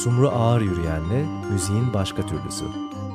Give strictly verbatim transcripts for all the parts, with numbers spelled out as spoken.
Sumru Ağır Yürüyen'le müziğin başka türlüsü.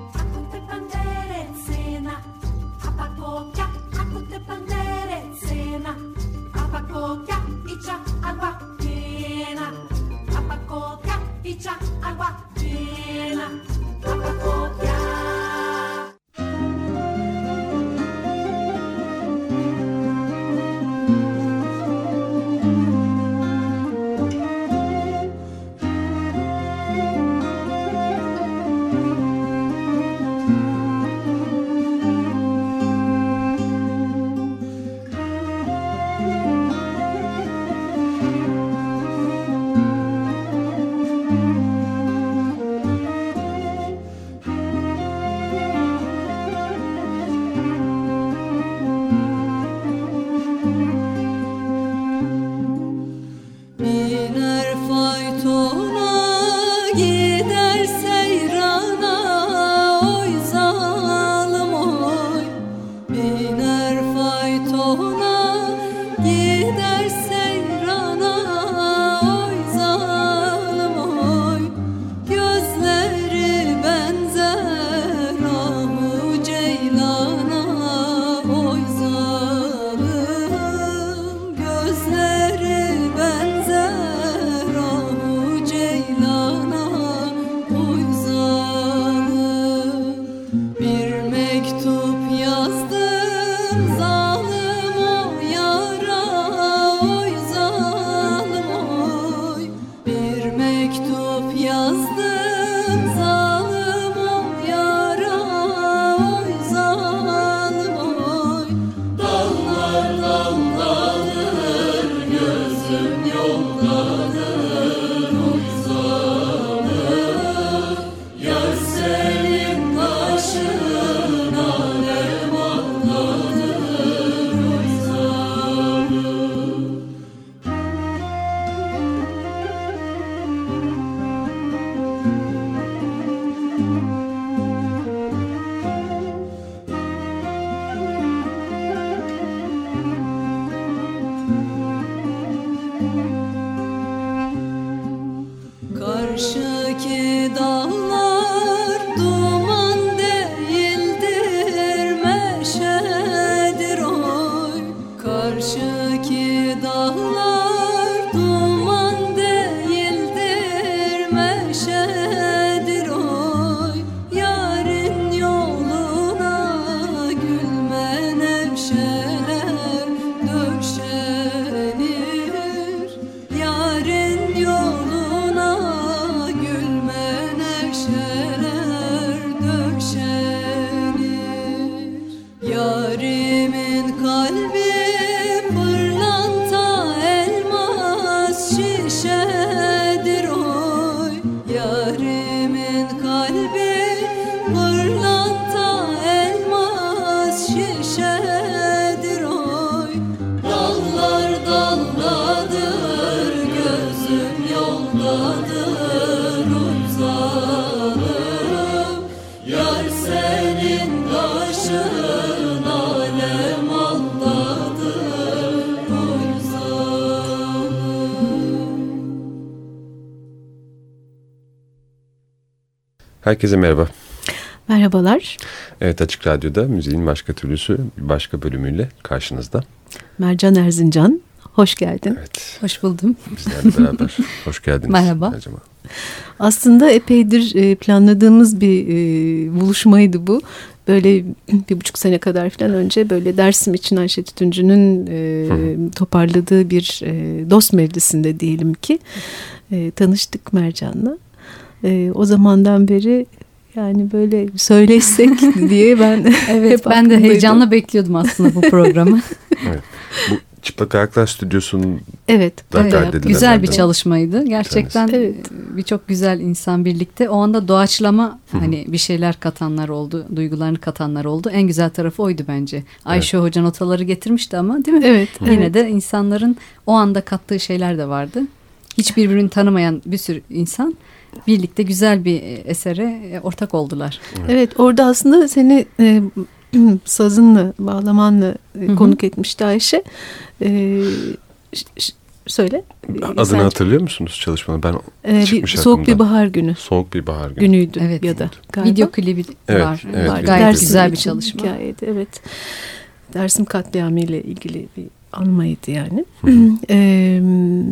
Herkese merhaba. Merhabalar. Evet, Açık Radyo'da müziğin başka türlüsü bir başka bölümüyle karşınızda. Mercan Erzincan, hoş geldin. Evet. Hoş buldum. Bizlerle beraber hoş geldiniz. Merhaba. Mercan. Aslında epeydir planladığımız bir buluşmaydı bu. Böyle bir buçuk sene kadar falan önce böyle Dersim için Ayşe Tütüncü'nün e, toparladığı bir e, dost meclisinde diyelim ki e, tanıştık Mercan'la. E, o zamandan beri yani böyle söyleşsek diye ben evet hep ben de heyecanla bekliyordum aslında bu programı. Evet. Bu Çıplak Ayaklar Stüdyosu'nun evet, evet güzel bir çalışmaydı. Gerçekten evet. Birçok güzel insan birlikte. O anda doğaçlama hani bir şeyler katanlar oldu, duygularını katanlar oldu. En güzel tarafı oydu bence. Ayşe evet. Hoca notaları getirmişti ama değil mi? Evet. Yine evet. de insanların o anda kattığı şeyler de vardı. Hiç birbirini tanımayan bir sürü insan birlikte güzel bir esere ortak oldular. Evet, evet orada aslında seni e, sazınla, bağlamanla e, konuk etmişti Ayşe. E, söyle. Adını Sen, hatırlıyor musunuz çalışmanın? Ben e, çıkmış bir, Soğuk aklımdan. bir bahar günü. Soğuk bir bahar günü. Günüydü Evet. ya da galiba. Video klibi Evet, var. evet, var. video Gayet klibi. güzel bir için çalışma. Hikayeydi, evet. Dersim katliamı ile ilgili bir anmaydı yani. Ee,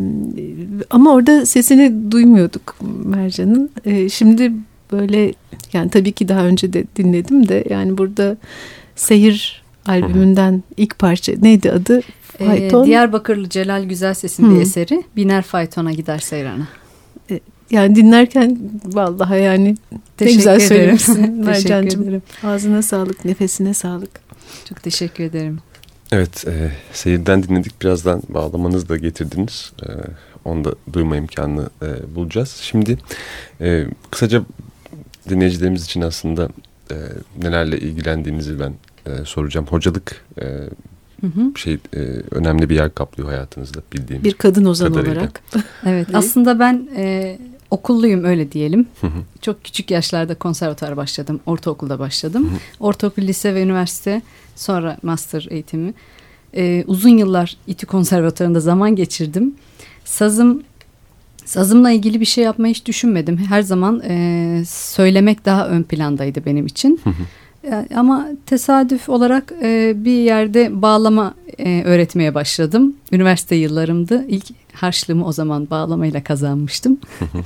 ama orada sesini duymuyorduk Mercan'ın. Ee, şimdi böyle, yani tabii ki daha önce de dinledim de, yani burada Seyir albümünden ilk parça neydi adı? Ee, Diyarbakırlı Celal Güzelses'in bir eseri. Biner faytona gider seyrana. Yani dinlerken vallahi yani ne güzel söylemişsin Mercan'cığım. Ağzına sağlık, nefesine sağlık. Çok teşekkür ederim. Evet, e, seyirden dinledik. Birazdan bağlamanızı da getirdiniz. E, onu da duyma imkanı e, bulacağız. Şimdi e, kısaca dinleyicilerimiz için aslında e, nelerle ilgilendiğinizi ben e, soracağım. Hocalık e, Hı hı. şey e, önemli bir yer kaplıyor hayatınızda, bildiğim bir kadın ozan kadarıyla. olarak. Evet, aslında ben e, okulluyum, öyle diyelim. Hı hı. Çok küçük yaşlarda konservatuara başladım. Ortaokulda başladım. Hı hı. Ortaokul, lise ve üniversite, sonra master eğitimi. E, uzun yıllar İTÜ Konservatuarı'nda zaman geçirdim. Sazım Sazımla ilgili bir şey yapmayı hiç düşünmedim. Her zaman e, söylemek daha ön plandaydı benim için. Hı hı. Ama tesadüf olarak e, bir yerde bağlama e, öğretmeye başladım. Üniversite yıllarımdı. İlk harçlığımı o zaman bağlamayla kazanmıştım.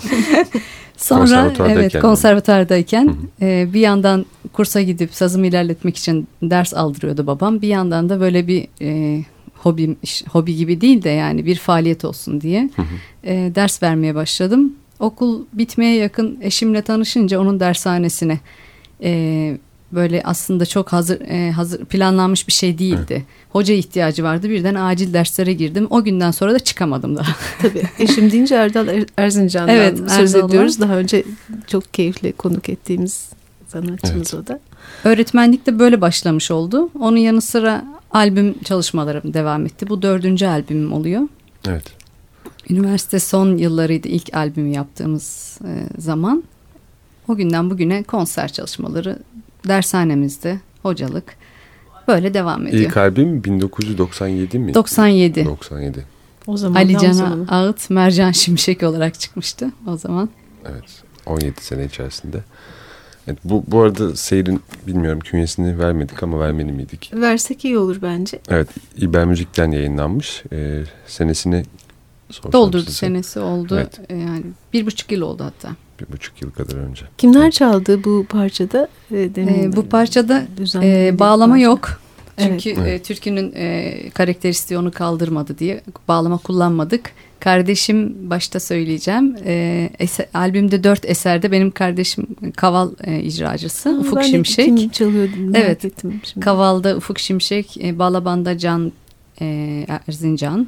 Sonra evet, konservatuvardayken e, bir yandan kursa gidip sazımı ilerletmek için ders aldırıyordu babam. Bir yandan da böyle bir e, hobi, hobi gibi değil de yani bir faaliyet olsun diye e, ders vermeye başladım. Okul bitmeye yakın eşimle tanışınca onun dershanesine e, böyle aslında çok hazır e, hazır planlanmış bir şey değildi. Evet. Hoca ihtiyacı vardı. Birden acil derslere girdim. O günden sonra da çıkamadım daha. Tabii. Eşim deyince Erdal Er- Erzincan'dan evet, söz Erdal'la ediyoruz. Daha önce çok keyifle konuk ettiğimiz sanatçımız evet. o da. Öğretmenlik de böyle başlamış oldu. Onun yanı sıra albüm çalışmalarım devam etti. Bu dördüncü albümüm oluyor. Evet. Üniversite son yıllarıydı ilk albümü yaptığımız e, zaman. O günden bugüne konser çalışmaları, dershanemizde hocalık böyle devam ediyor. İlk albüm bin dokuz yüz doksan yedi mi? doksan yedi. doksan yedi. O zaman Ali Can Ağıt, Mercan Şimşek olarak çıkmıştı o zaman. Evet, on yedi sene içerisinde. Evet, bu, bu arada Seyir'in bilmiyorum künyesini vermedik ama vermeli miydik? Versek iyi olur bence. Evet, İber Müzik'ten yayınlanmış. Ee, senesini doldurdu size. Senesi oldu. Evet. Yani bir buçuk yıl oldu hatta. Bir buçuk yıl kadar önce. Kimler evet. çaldı bu parçada? Ee, bu parçada e, bağlama parça. yok. Çünkü evet. e, türkünün e, karakteristiği onu kaldırmadı diye bağlama kullanmadık. Kardeşim, başta söyleyeceğim, e, eser, albümde dört eserde benim kardeşim kaval e, icracısı ha, Ufuk ben Şimşek. Kim çalıyor merak evet. ettim şimdi. Kavalda Ufuk Şimşek, e, balabanda Can e, Erzincan,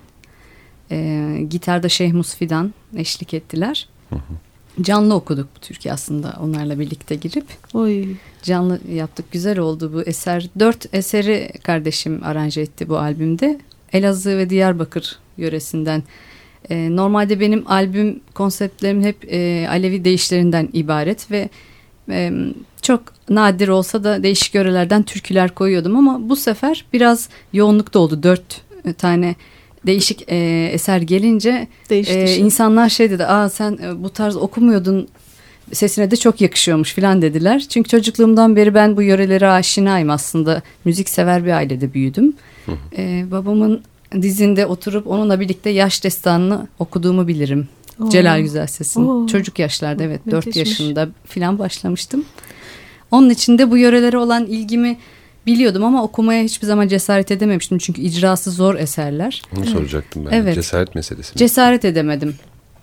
e, gitarda Şeyh Musfidan eşlik ettiler. Hı hı. Canlı okuduk bu türkü aslında onlarla birlikte girip. Oy. Canlı yaptık. Güzel oldu bu eser. Dört eseri kardeşim aranje etti bu albümde. Elazığ ve Diyarbakır yöresinden. Ee, normalde benim albüm konseptlerim hep e, Alevi deyişlerinden ibaret ve e, çok nadir olsa da değişik yörelerden türküler koyuyordum ama bu sefer biraz yoğunlukta oldu. Dört tane değişik e, eser gelince e, insanlar şey dedi, aa sen e, bu tarz okumuyordun, sesine de çok yakışıyormuş filan dediler. Çünkü çocukluğumdan beri ben bu yörelere aşinayım aslında. Müziksever bir ailede büyüdüm. E, babamın dizinde oturup onunla birlikte Yaş Destanı'nı okuduğumu bilirim. Oo. Celal Güzelses'in. Oo. Çocuk yaşlarda evet dört yaşında filan başlamıştım. Onun için de bu yörelere olan ilgimi biliyordum ama okumaya hiçbir zaman cesaret edememiştim. Çünkü icrası zor eserler. Onu evet. soracaktım ben. Evet. Cesaret meselesi mi? Cesaret edemedim.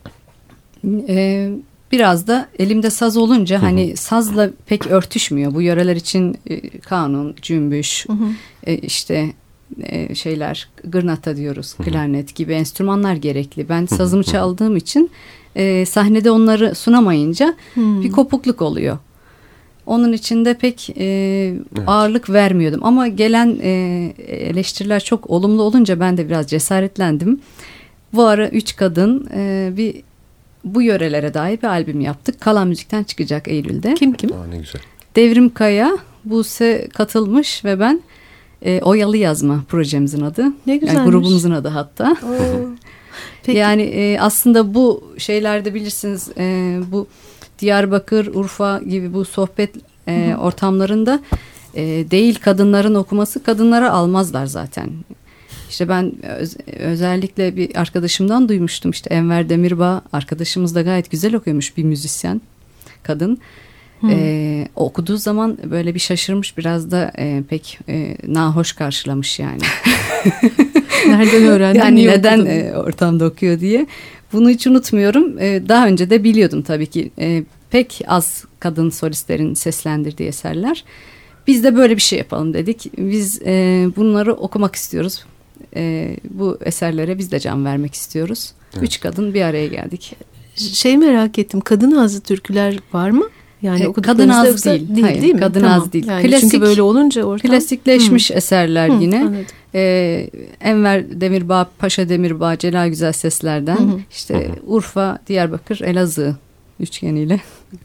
Ee, biraz da elimde saz olunca hı hı. hani sazla pek örtüşmüyor. Bu yöreler için e, kanun, cümbüş, hı hı. E, işte e, şeyler, gırnata diyoruz, hı hı. klarnet gibi enstrümanlar gerekli. Ben sazımı çaldığım için e, sahnede onları sunamayınca hı. bir kopukluk oluyor. Onun içinde pek e, evet. ağırlık vermiyordum. Ama gelen e, eleştiriler çok olumlu olunca ben de biraz cesaretlendim. Bu ara üç kadın e, bir bu yörelere dair bir albüm yaptık. Kalan Müzik'ten çıkacak Eylül'de. Kim kim? Aa, ne güzel. Devrim Kaya, Buse katılmış ve ben e, Oyalı Yazma projemizin adı. Ne güzelmiş. Yani grubumuzun adı hatta. Peki. Yani e, aslında bu şeylerde bilirsiniz e, bu Diyarbakır, Urfa gibi bu sohbet e, ortamlarında e, değil kadınların okuması, kadınlara almazlar zaten. İşte ben öz, özellikle bir arkadaşımdan duymuştum, işte Enver Demirbağ arkadaşımız da gayet güzel okuyormuş, bir müzisyen kadın. Ee, okuduğu zaman böyle bir şaşırmış, biraz da e, pek e, nahoş karşılamış yani. Nereden öğrendin? Yani neden e, ortamda okuyor diye. Bunu hiç unutmuyorum. E, daha önce de biliyordum tabii ki. E, pek az kadın solistlerin seslendirdiği eserler. Biz de böyle bir şey yapalım dedik. Biz e, bunları okumak istiyoruz. E, bu eserlere biz de can vermek istiyoruz. Evet. Üç kadın bir araya geldik. Şey merak ettim. Kadın ağzı türküler var mı? Yani e, kadın ağzı değil. Değil, Hayır, değil mi? Kadın tamam. ağzı değil. Yani Klasik, çünkü böyle olunca ortam. Klasikleşmiş Hı. eserler Hı, yine. Anladım. Ee, Enver Demirbağ, Paşa Demirbağ, Celal Güzel Sesler'den. Hı hı. İşte hı hı. Urfa, Diyarbakır, Elazığ üçgeniyle.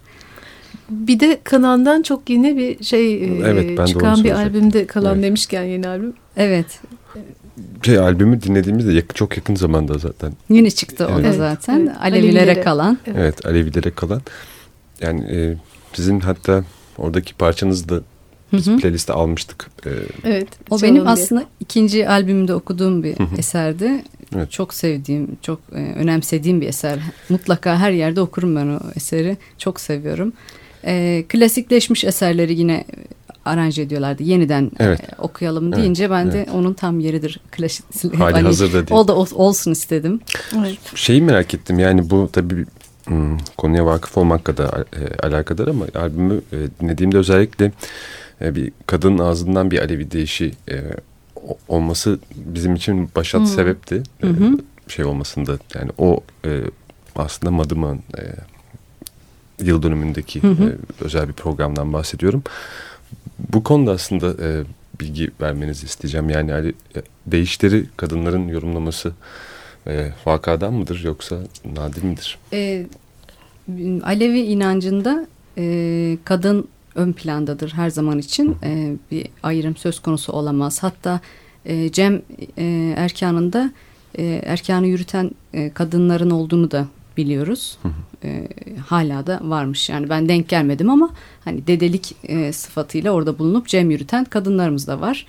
Bir de Kanan'dan çok yeni bir şey evet, e, çıkan bir albümde, Kalan evet. demişken yeni albüm. Evet. Şey, albümü dinlediğimizde yak- çok yakın zamanda zaten. Yeni çıktı evet. o da zaten. Evet. Alevilere, Alevilere kalan. Evet. evet, Alevilere kalan. Yani e, sizin hatta oradaki parçanızı da biz Hı-hı. playliste almıştık. Ee, evet. O benim diye. aslında ikinci albümümde okuduğum bir Hı-hı. eserdi. Evet. Çok sevdiğim, çok e, önemsediğim bir eser. Mutlaka her yerde okurum ben o eseri. Çok seviyorum. E, klasikleşmiş eserleri yine aranje ediyorlardı. Yeniden evet. e, okuyalım deyince evet. ben de evet. onun tam yeridir. Klasik. Hali hani, hazırda değil. O da olsun istedim. Evet. Şeyi merak ettim, yani bu tabii hmm, konuya vakıf olmakla da e, alakadar ama albümü e, dinlediğimde özellikle e, bir kadının ağzından bir Alevi deyişi e, olması bizim için başat hmm. sebepti. E, şey olmasında, yani o e, aslında Madıman e, yıl dönümündeki e, özel bir programdan bahsediyorum. Bu konuda aslında e, bilgi vermenizi isteyeceğim. Yani e, deyişleri kadınların yorumlaması e, vakadan mıdır yoksa nadir midir? E, Alevi inancında e, kadın ön plandadır her zaman için. E, bir ayrım söz konusu olamaz. Hatta e, Cem e, erkanında e, erkanı yürüten e, kadınların olduğunu da biliyoruz. Hı hı. E, hala da varmış. Yani ben denk gelmedim ama hani dedelik e, sıfatıyla orada bulunup Cem yürüten kadınlarımız da var.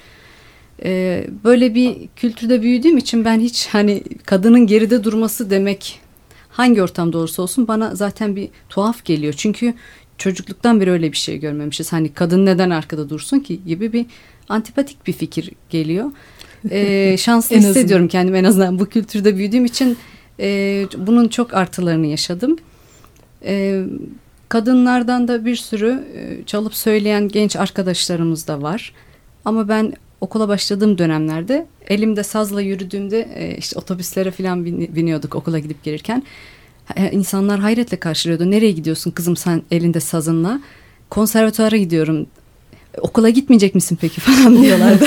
E, böyle bir kültürde büyüdüğüm için ben hiç hani kadının geride durması demek, hangi ortamda olursa olsun bana zaten bir tuhaf geliyor. Çünkü çocukluktan beri öyle bir şey görmemişiz. Hani kadın neden arkada dursun ki gibi bir antipatik bir fikir geliyor. E, şanslı hissediyorum kendimi en azından bu kültürde büyüdüğüm için. Ee, bunun çok artılarını yaşadım. Ee, kadınlardan da bir sürü e, çalıp söyleyen genç arkadaşlarımız da var. Ama ben okula başladığım dönemlerde elimde sazla yürüdüğümde e, işte otobüslere falan bin, biniyorduk okula gidip gelirken. E, insanlar hayretle karşılıyordu. Nereye gidiyorsun kızım sen elinde sazınla? Konservatuara gidiyorum. Okula gitmeyecek misin peki falan diyorlardı.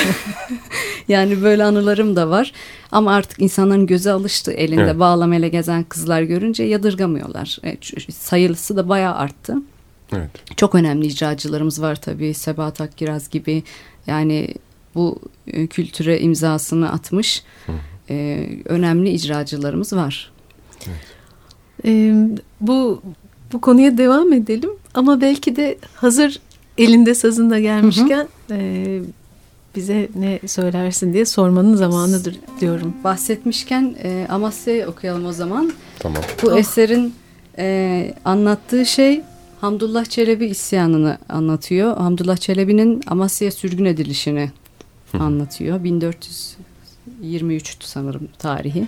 Yani böyle anılarım da var. Ama artık insanların göze alıştı, elinde evet. bağlamayla gezen kızlar görünce yadırgamıyorlar. E, sayısı da bayağı arttı. Evet. Çok önemli icracılarımız var tabii. Sebahat Akkiraz gibi, yani bu e, kültüre imzasını atmış e, önemli icracılarımız var. Evet. E, bu bu konuya devam edelim ama belki de hazır elinde sazında gelmişken hı hı. E, bize ne söylersin diye sormanın zamanıdır diyorum. Bahsetmişken e, Amasya'yı okuyalım o zaman. Tamam. Bu oh. eserin e, anlattığı şey Hamdullah Çelebi isyanını anlatıyor. Hamdullah Çelebi'nin Amasya'ya sürgün edilişini hı. anlatıyor. bin dört yüz yirmi üçtü sanırım tarihi.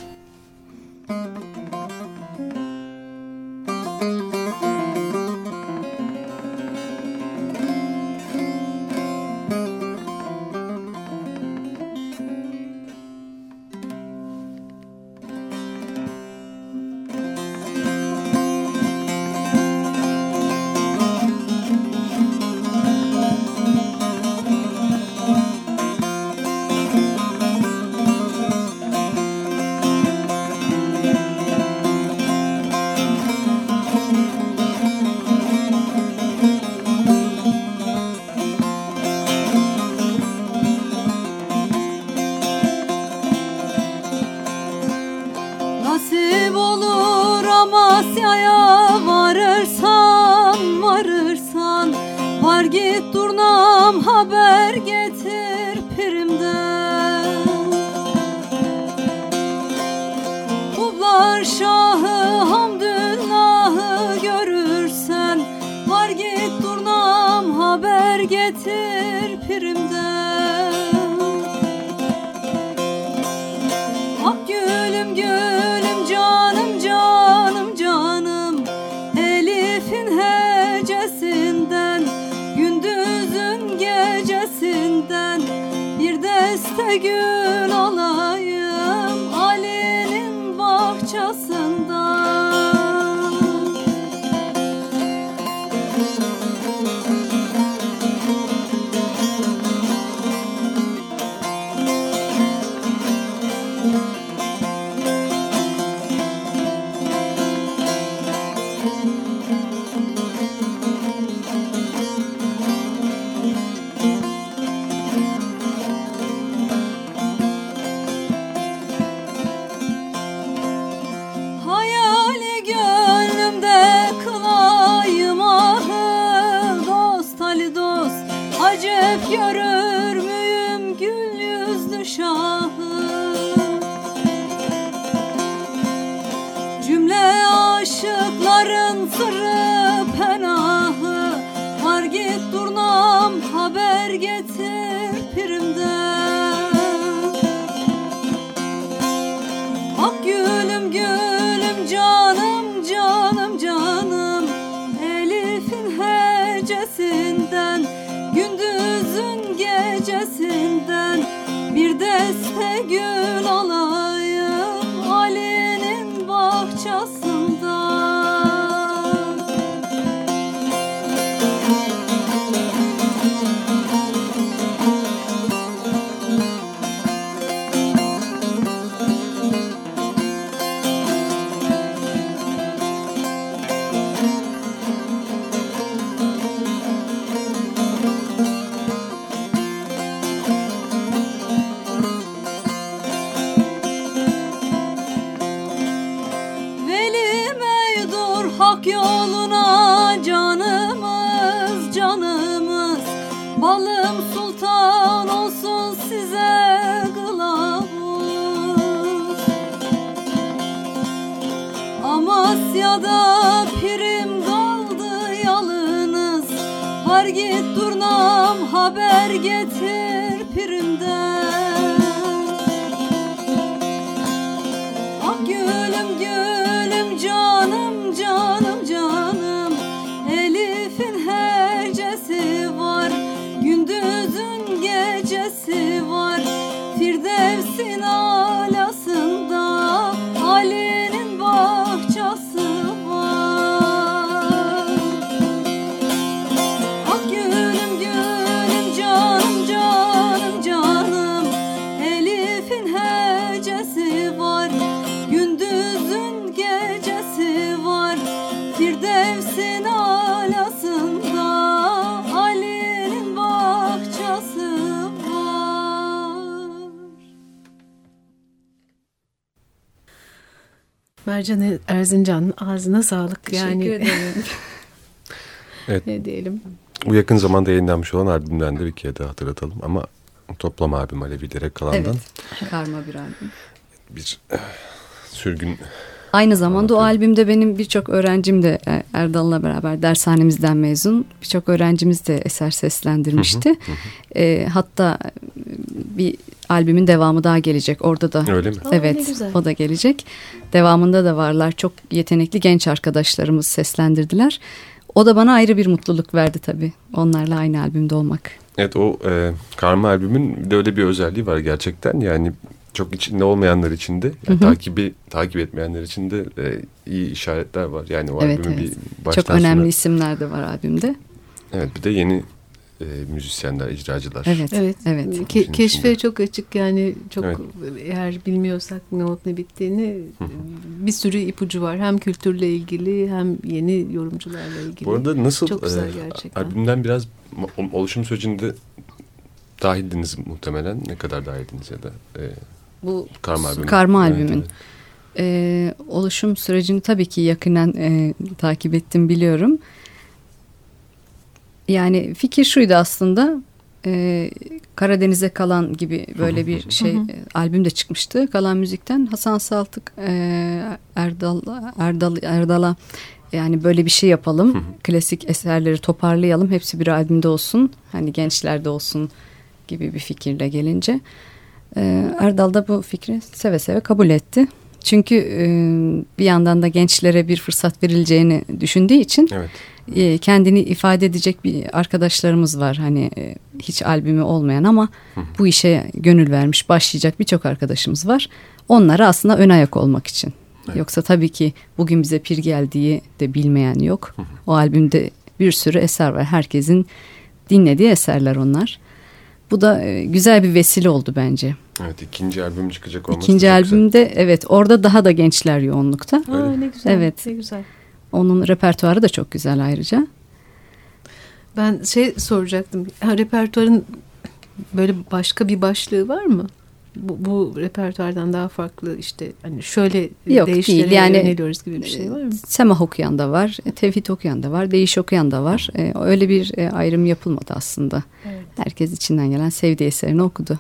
Amasya'ya varırsan, varırsan, var git durnam haber getir pirimden. Kublar Şahı Hamdüllah'ı görürsen, var git durnam haber getir pirimden. Ah gülüm gülüm canım canım canım, Elif'in hecesinden, gündüzün gecesinden bir deste gül alayım Ali'nin bahçesinden. Hayali gönlümde kılayım ahı, dost Ali dost, acep görür müyüm gül yüzlü şahı. Cümle aşıkların sırrı penahı, var git durnam haber getir pirimden. Ah gülüm gülüm canım canım canım, Elif'in hecesinden, gündüzün gecesinden bir deste gül alayım Ali'nin bahçesinden. Veli meydur hak yoluna canımız canımız, balım sultan olsun size kılavuz. Amasya'da pirim kaldı yalınız, var git durnam haber getir pirimden. Ah gülüm gülüm canım canım canım, Elif'in hecesi var, gündüzün gecesi var, Firdevs'in alasında Ali'nin bahçesi var. Ah gülüm gülüm canım canım canım, Elif'in hecesi var, gündüzün gecesi var, Firdevs'in alasında Ali'nin bahçesi var. Mercan Erzincan'ın ağzına sağlık. Teşekkür Yani ederim. Evet. ne diyelim. Bu yakın zamanda yayınlanmış olan albümden de bir kere daha hatırlatalım ama toplam albüm Alevilere kalandan Evet. Karma bir albüm. bir eh, sürgün. Aynı zamanda o Anlatıyorum. albümde benim birçok öğrencim de e, Erdal'la beraber dershanemizden mezun. Birçok öğrencimiz de eser seslendirmişti. Hı hı, hı. E, hatta bir albümün devamı daha gelecek. Orada da Öyle mi? Aa, ne evet, güzel. o da gelecek. Devamında da varlar. Çok yetenekli genç arkadaşlarımız seslendirdiler. O da bana ayrı bir mutluluk verdi tabii. Onlarla aynı albümde olmak. Evet, o e, Karma albümün de öyle bir özelliği var gerçekten. Yani çok içinde olmayanlar için de, yani Hı hı. takibi takip etmeyenler için de e, iyi işaretler var. Yani o Evet, albümün evet. bir baştan Çok önemli sona. isimler de var albümde. Evet, bir de yeni e, müzisyenler, icracılar. Evet, Evet. evet. Ke- İçinde. keşfe çok açık yani, çok Evet. eğer bilmiyorsak ne olup ne bittiğini, Hı hı. bir sürü ipucu var. Hem kültürle ilgili hem yeni yorumcularla ilgili. Bu arada nasıl Çok güzel e, gerçekten. albümden biraz mo- oluşum sürecinde dahildiniz muhtemelen. Ne kadar dahildiniz ya da e, Bu Karma albümü. Karma Evet, albümün. evet. Ee, oluşum sürecini tabii ki yakinen e, takip ettim, biliyorum. Yani fikir şuydu aslında. E, Karadeniz'e Kalan gibi böyle bir şey, e, albüm de çıkmıştı. Kalan Müzik'ten Hasan Saltık, e, Erdal, Erdal, Erdal'a yani böyle bir şey yapalım. Klasik eserleri toparlayalım. Hepsi bir albümde olsun. Hani gençlerde olsun gibi bir fikirle gelince. E, Erdal da bu fikri seve seve kabul etti. Çünkü e, bir yandan da gençlere bir fırsat verileceğini düşündüğü için Evet. e, kendini ifade edecek bir arkadaşlarımız var. Hani e, hiç albümü olmayan ama bu işe gönül vermiş, başlayacak birçok arkadaşımız var. Onlara aslında ön ayak olmak için. Evet. Yoksa tabii ki bugün bize pir geldiği de bilmeyen yok. O albümde bir sürü eser var. Herkesin dinlediği eserler onlar. Bu da e, güzel bir vesile oldu bence. Evet, ikinci albüm çıkacak olması. İkinci albümde güzel. Evet, orada daha da gençler yoğunlukta. Aa, ne güzel. Evet. Ne güzel. Onun repertuarı da çok güzel ayrıca. Ben şey soracaktım. Ha, repertuarın böyle başka bir başlığı var mı? Bu, bu repertuardan daha farklı işte hani şöyle Yok, değişlere değil. Yani, yöneliyoruz gibi bir şey var mı? Semah okuyan da var, tevhid okuyan da var, değiş okuyan da var. Ee, öyle bir e, ayrım yapılmadı aslında. Evet. Herkes içinden gelen sevdiği eserini okudu.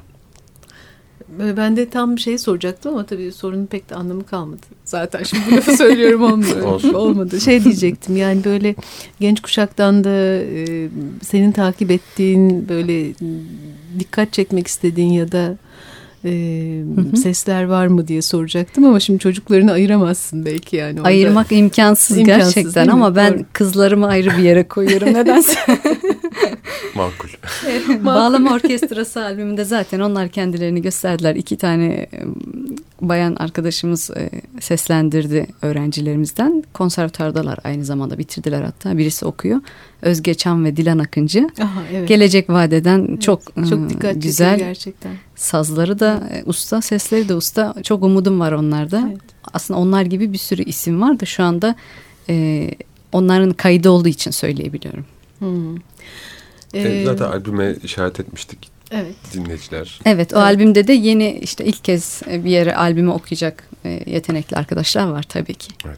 Ben de tam bir şey soracaktım ama tabii sorunun pek de anlamı kalmadı. Zaten şimdi bu lafı söylüyorum olmadı. olmadı. Şey diyecektim yani böyle genç kuşaktan da e, senin takip ettiğin böyle dikkat çekmek istediğin ya da e, hı hı. sesler var mı diye soracaktım ama şimdi çocuklarını ayıramazsın belki yani. Orada. Ayırmak imkansız, imkansız gerçekten ama ben Doğru. kızlarımı ayrı bir yere koyuyorum nedense. Makul. Bağlama Orkestrası albümünde zaten onlar kendilerini gösterdiler. İki tane bayan arkadaşımız seslendirdi öğrencilerimizden. Konservatuardalar, aynı zamanda bitirdiler hatta. Birisi okuyor. Özge Çam ve Dilan Akıncı. Aha, evet. Gelecek vadeden evet, çok, çok dikkat güzel. Gerçekten. Sazları da evet. usta, sesleri de usta. Çok umudum var onlarda. Evet. Aslında onlar gibi bir sürü isim var da şu anda e, onların kaydı olduğu için söyleyebiliyorum. Hmm. Ee, Zaten albüme işaret etmiştik. Evet. Dinleyiciler. Evet, o evet. albümde de yeni işte ilk kez bir yere albümü okuyacak yetenekli arkadaşlar var tabii ki. Evet.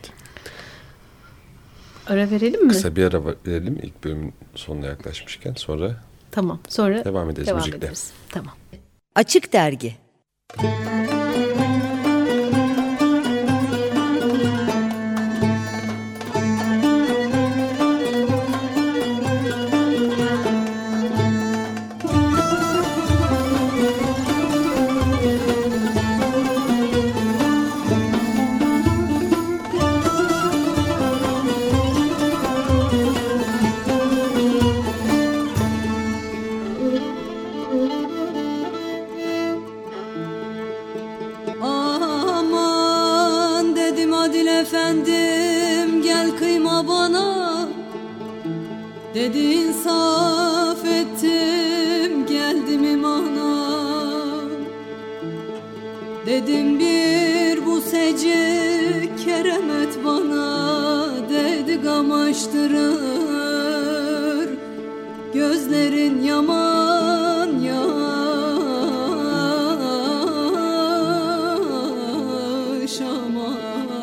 Ara verelim mi? Kısa bir ara verelim ilk bölümün sonuna yaklaşmışken, sonra Tamam. Sonra devam ederiz devam müzikle. Ederiz. Tamam. Açık Dergi. Dedi insaf ettim geldim imana. Dedim bir bu sece keremet bana. Dedi kamaştırır gözlerin yaman yaş aman.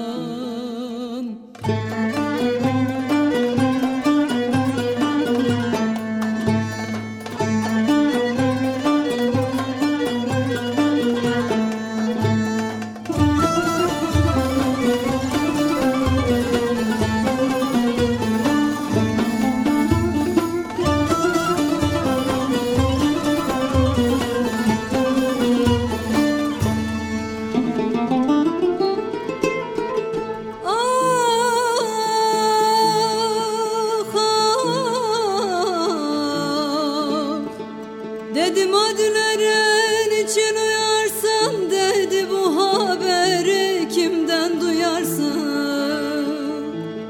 Dedim adilerin için uyarsan, dedi bu haberi kimden duyarsın?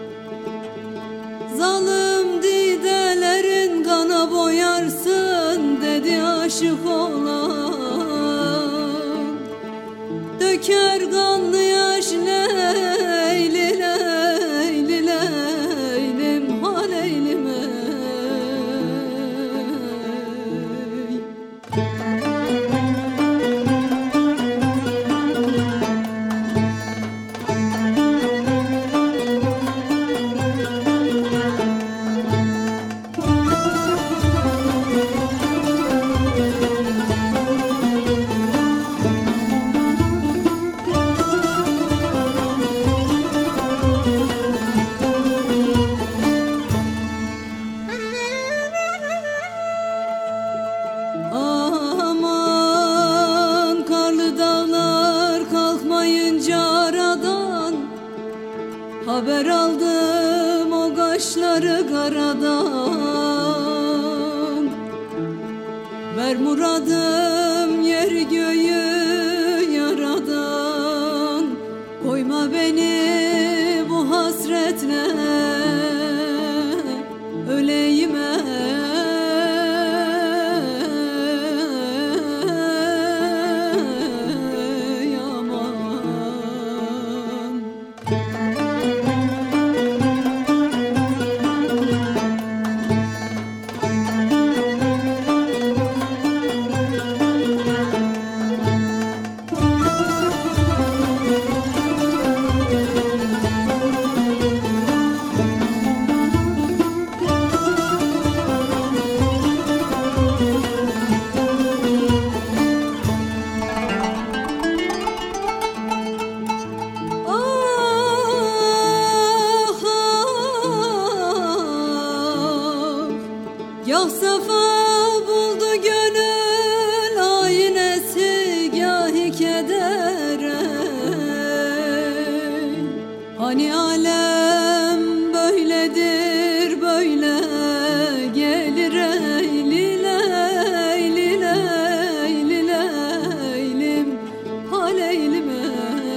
Zalim didelerin kana boyarsın, dedi aşık olan. Döker kanlı yaş leyli leyli leylim ha leylim ey. Haber aldım o kaşları karadan. Ver muradım yer göğü yaradan. Koyma beni bu hasretle öleyime. Gah safa buldu gönül aynesi gahi kedere. Hani alem böyledir böyle gelir eyli leyli leyli leylim haleylim ey.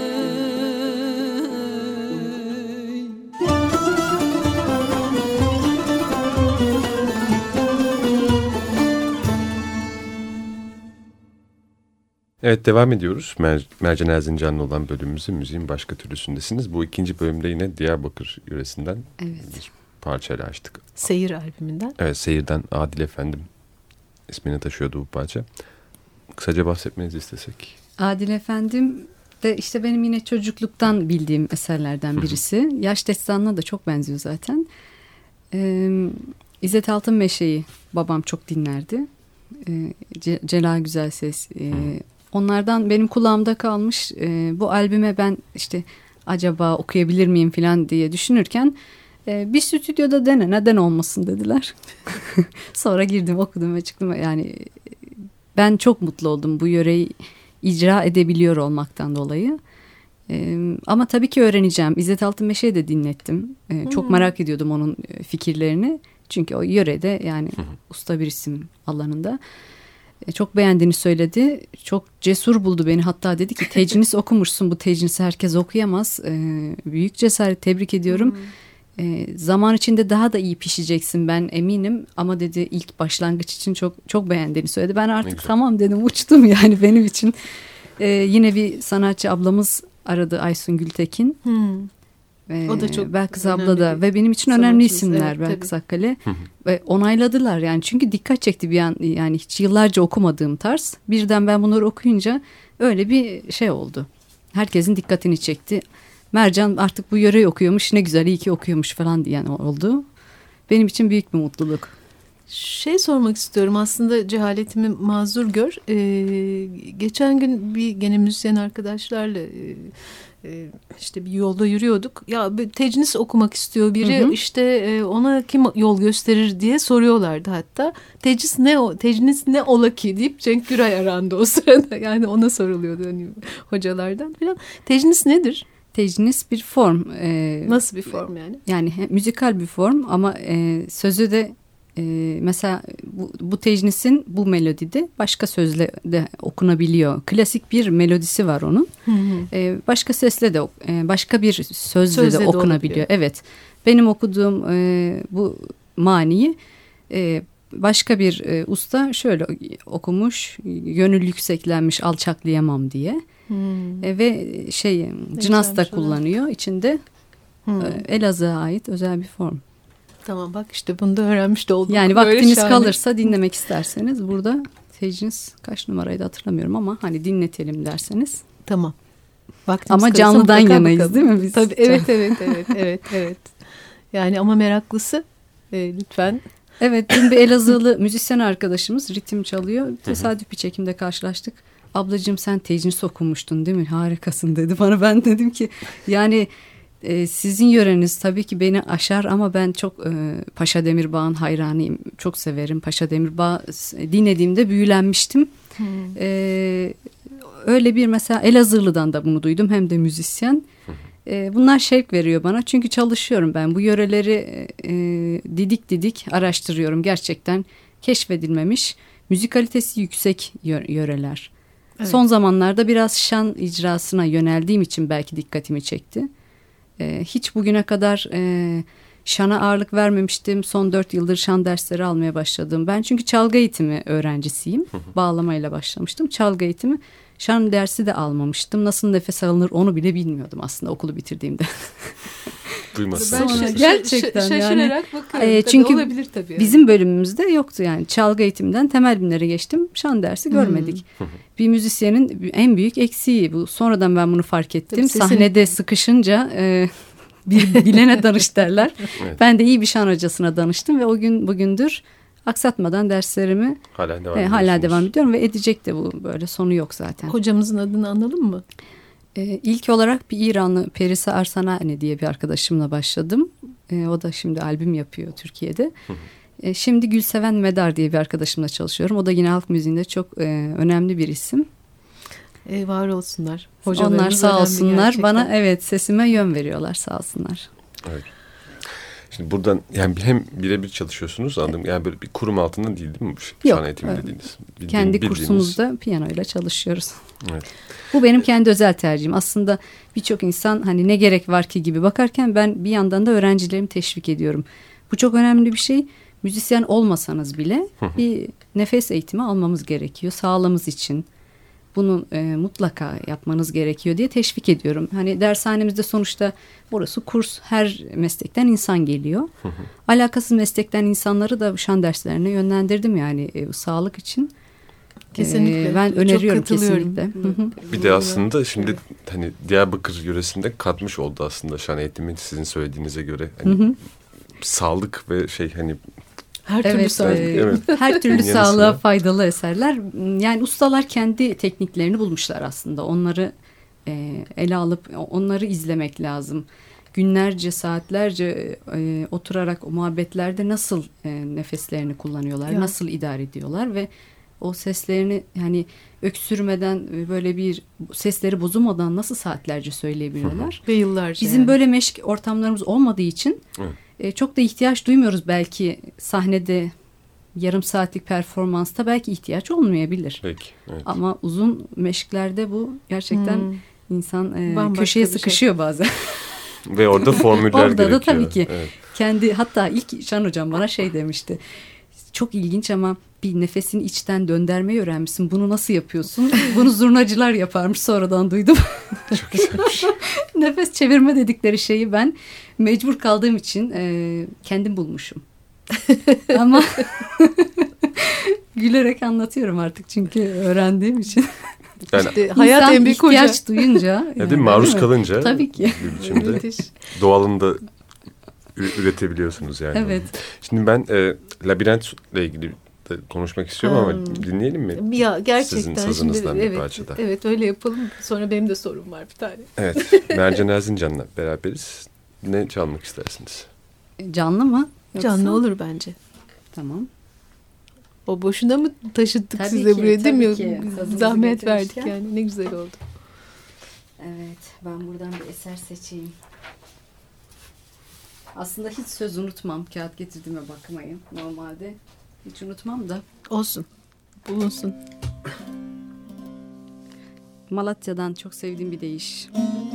Evet, devam ediyoruz. Mer Mercan Erzincanlı olan bölümümüzü müziğin başka türlüsündesiniz. Bu ikinci bölümde yine Diyarbakır yöresinden Evet. bir parçayla açtık. Seyir albümünden. Evet, Seyir'den Adil Efendim ismini taşıyordu bu parça. Kısaca bahsetmenizi istesek. Adil Efendim de işte benim yine çocukluktan bildiğim eserlerden birisi. Yaş Destanı'na da çok benziyor zaten. Ee, İzzet Altınmeşe'yi babam çok dinlerdi. Ee, Ce Celal Güzelses. Ee, onlardan benim kulağımda kalmış. Ee, bu albüme ben işte acaba okuyabilir miyim falan diye düşünürken e, bir stüdyoda dene, neden olmasın dediler. Sonra girdim, okudum ve çıktım. Yani ben çok mutlu oldum bu yöreyi icra edebiliyor olmaktan dolayı. Ee, ama tabii ki öğreneceğim. İzzet Altınmeşe'yi de dinlettim. Ee, çok merak ediyordum onun fikirlerini. Çünkü o yörede yani usta bir isim alanında. Ee, çok beğendiğini söyledi. Çok cesur buldu beni. Hatta dedi ki tecnis okumuşsun. Bu tecnisi herkes okuyamaz. Ee, büyük cesaret, tebrik ediyorum. Ee, zaman içinde daha da iyi pişeceksin ben eminim. Ama dedi ilk başlangıç için çok çok beğendiğini söyledi. Ben artık tamam dedim, uçtum yani benim için. Ee, yine bir sanatçı ablamız aradı, Aysun Gültekin. Hmm. Ee, O da çok Belkıs abla da önemli bir ve benim için önemli sanatçımız. isimler, Evet, Belkıs Akkale. Ve onayladılar yani, çünkü dikkat çekti bir an, yani hiç yıllarca okumadığım tarz. Birden ben bunları okuyunca öyle bir şey oldu. Herkesin dikkatini çekti. Mercan artık bu yöreyi okuyormuş, ne güzel, iyi ki okuyormuş falan diyen oldu. Benim için büyük bir mutluluk. Şey sormak istiyorum, aslında cehaletimi mazur gör. Ee, geçen gün bir gene müzisyen arkadaşlarla e, e, işte bir yolda yürüyorduk. Ya bir tecnis okumak istiyor biri, hı hı. işte e, ona kim yol gösterir diye soruyorlardı hatta. Tecnis ne o? Tecnis ne ola ki deyip Cenk Güray arandı o sırada. Yani ona soruluyordu hani hocalardan falan. Tecnis nedir? Tecnis bir form. E, Nasıl bir form yani? Yani he, müzikal bir form ama e, sözü de e, mesela bu, bu tecnisin bu melodide başka sözle de okunabiliyor. Klasik bir melodisi var onun. Hı hı. E, başka sesle de e, başka bir sözle, sözle de okunabiliyor. De evet. Benim okuduğum e, bu maniyi e, başka bir e, usta şöyle okumuş: gönül yükseklenmiş alçaklayamam diye. Hmm. E, ve şey cınas da kullanıyor içinde. Hmm. E, Elazığ'a ait özel bir form. Tamam, bak işte bunu da öğrenmiş de olduk. Yani vaktiniz kalırsa dinlemek isterseniz burada tecnis kaç numaraydı hatırlamıyorum ama hani dinletelim derseniz. Tamam. Vaktimiz ama canlıdan yanayız bakalım. Değil mi biz? Tabii, evet evet evet evet evet. Yani ama meraklısı e, lütfen. Evet, dün bir Elazığlı müzisyen arkadaşımız ritim çalıyor. Tesadüf bir çekimde karşılaştık. Ablacığım sen tecnis okumuştun değil mi? Harikasın dedi bana. Ben dedim ki yani e, sizin yöreniz tabii ki beni aşar ama ben çok e, Paşa Demirbağ'ın hayranıyım. Çok severim Paşa Demirbağ. Dinlediğimde büyülenmiştim. Hmm. E, öyle bir mesela Elazığlı'dan da bunu duydum. Hem de müzisyen. E, bunlar şevk veriyor bana çünkü çalışıyorum ben. Bu yöreleri e, didik didik araştırıyorum. Gerçekten keşfedilmemiş, müzikalitesi yüksek yöreler. Evet. Son zamanlarda biraz şan icrasına yöneldiğim için belki dikkatimi çekti. E, hiç bugüne kadar e, şana ağırlık vermemiştim. Son dört yıldır şan dersleri almaya başladım. Ben çünkü çalgı eğitimi öğrencisiyim. Bağlamayla başlamıştım. Çalgı eğitimi, şan dersi de almamıştım. Nasıl nefes alınır onu bile bilmiyordum aslında okulu bitirdiğimde. Duymazsın. Sonra gerçekten şaşırarak yani, bakıyorum. E, tabii çünkü olabilir tabii. Yani. Bizim bölümümüzde yoktu yani. Çalgı eğitiminden temel bilimlere geçtim. Şan dersi görmedik. Hmm. Bir müzisyenin en büyük eksiği bu. Sonradan ben bunu fark ettim. Tabii sahnede sesini... sıkışınca e, bir bilene danış derler. Evet. Ben de iyi bir şan hocasına danıştım ve o gün bugündür aksatmadan derslerimi hala devam, e, hala devam ediyorum ve edecek de bu, böyle sonu yok zaten. Hocamızın adını analım mı? E, ilk olarak bir İranlı Perisa Arsanani diye bir arkadaşımla başladım. E, o da şimdi albüm yapıyor Türkiye'de. Hı hı. E, şimdi Gülseven Medar diye bir arkadaşımla çalışıyorum. O da yine halk müziğinde çok e, önemli bir isim. E, var olsunlar. Onlar sağ olsunlar bana evet sesime yön veriyorlar sağ olsunlar. Evet. Şimdi buradan yani hem birebir çalışıyorsunuz anladım. Evet. Yani böyle bir kurum altında değil değil mi? Yok. Şan eğitimi dediğiniz. Bildiğin, kendi bildiğiniz... kursumuzda piyanoyla çalışıyoruz. Evet. Bu benim kendi özel tercihim. Aslında birçok insan hani ne gerek var ki gibi bakarken ben bir yandan da öğrencilerimi teşvik ediyorum. Bu çok önemli bir şey. Müzisyen olmasanız bile bir nefes eğitimi almamız gerekiyor sağlığımız için. Bunu e, mutlaka yapmanız gerekiyor diye teşvik ediyorum. Hani dershanemizde sonuçta burası kurs, her meslekten insan geliyor. Alakasız meslekten insanları da şan derslerine yönlendirdim yani e, sağlık için. Kesinlikle. Ee, ben öneriyorum kesinlikle. Bir de aslında şimdi hani Diyarbakır yöresinde katmış oldu aslında şan eğitimi sizin söylediğinize göre. Hani sağlık ve şey hani her türlü evet, sağlık. E, evet. Her türlü sağlığa faydalı eserler. Yani ustalar kendi tekniklerini bulmuşlar aslında. Onları e, ele alıp onları izlemek lazım. Günlerce, saatlerce e, oturarak o muhabbetlerde nasıl e, nefeslerini kullanıyorlar, ya. Nasıl idare ediyorlar ve o seslerini yani öksürmeden böyle bir sesleri bozulmadan nasıl saatlerce söyleyebiliyorlar. Ve yıllarca. Bizim yani. böyle meşk ortamlarımız olmadığı için e, çok da ihtiyaç duymuyoruz belki sahnede yarım saatlik performansta belki ihtiyaç olmayabilir. Peki, evet. Ama uzun meşklerde bu gerçekten hmm. insan e, köşeye şey. sıkışıyor bazen. Ve orada formüller orada gerekiyor. Orada da tabii ki evet. kendi hatta ilk Şan hocam bana şey demişti. Çok ilginç ama bir nefesini içten döndürmeyi öğrenmişsin. Bunu nasıl yapıyorsun? Bunu zurnacılar yaparmış. Sonradan duydum. Çok güzelmiş. Nefes çevirme dedikleri şeyi ben mecbur kaldığım için e, kendim bulmuşum. Ama gülerek anlatıyorum artık çünkü öğrendiğim için. Yani işte hayat en büyük hoca. İhtiyaç duyunca. Yani, değil mi? Maruz kalınca. Tabii ki. Bir biçimde doğalında üretebiliyorsunuz yani. Evet. Şimdi ben e, labirentle ilgili de konuşmak istiyorum hmm. ama dinleyelim mi? Ya gerçekten. Sizin sazınızdan şimdi, bir evet, parçada. Evet öyle yapalım. Sonra benim de sorum var bir tane. Evet. Mercan Erzincan'la beraberiz. Ne çalmak istersiniz? Canlı mı? Yoksa? Canlı olur bence. Tamam. O boşuna mı taşıttık tabii size ki, buraya değil mi? Ki. Zahmet verdik yani. Ne güzel oldu. Evet. Ben buradan bir eser seçeyim. Aslında hiç söz unutmam. Kağıt getirdiğime bakmayın. Normalde hiç unutmam da. Olsun. Bulunsun. Malatya'dan çok sevdiğim bir deyiş.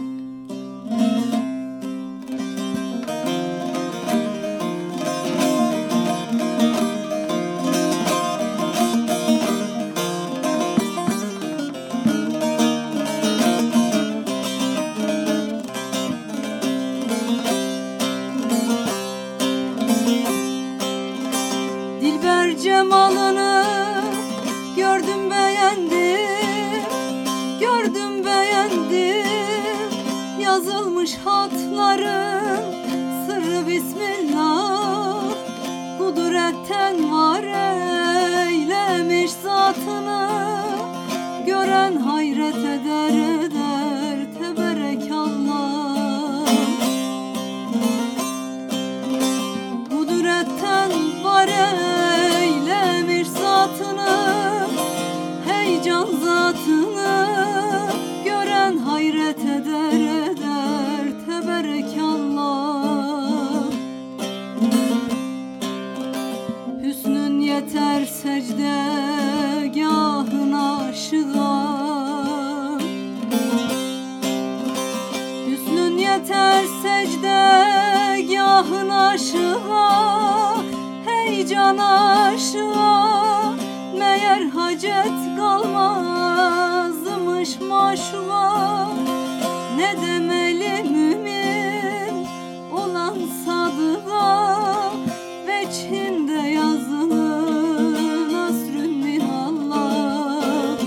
Cemalını gördüm beğendim, gördüm beğendim. Yazılmış hatların sırrı bismillah. Kudretten var eylemiş zatını. Gören hayret eder eder teberekallah. Kudretten var eylemiş zatını, heyecan zatını. Gören hayret eder eder aşığa, hey can aşığa, meğer hacet kalmazmış maşuğa. Ne demeli mümin olan sadığa, veçhinde yazılı nasrün minallah.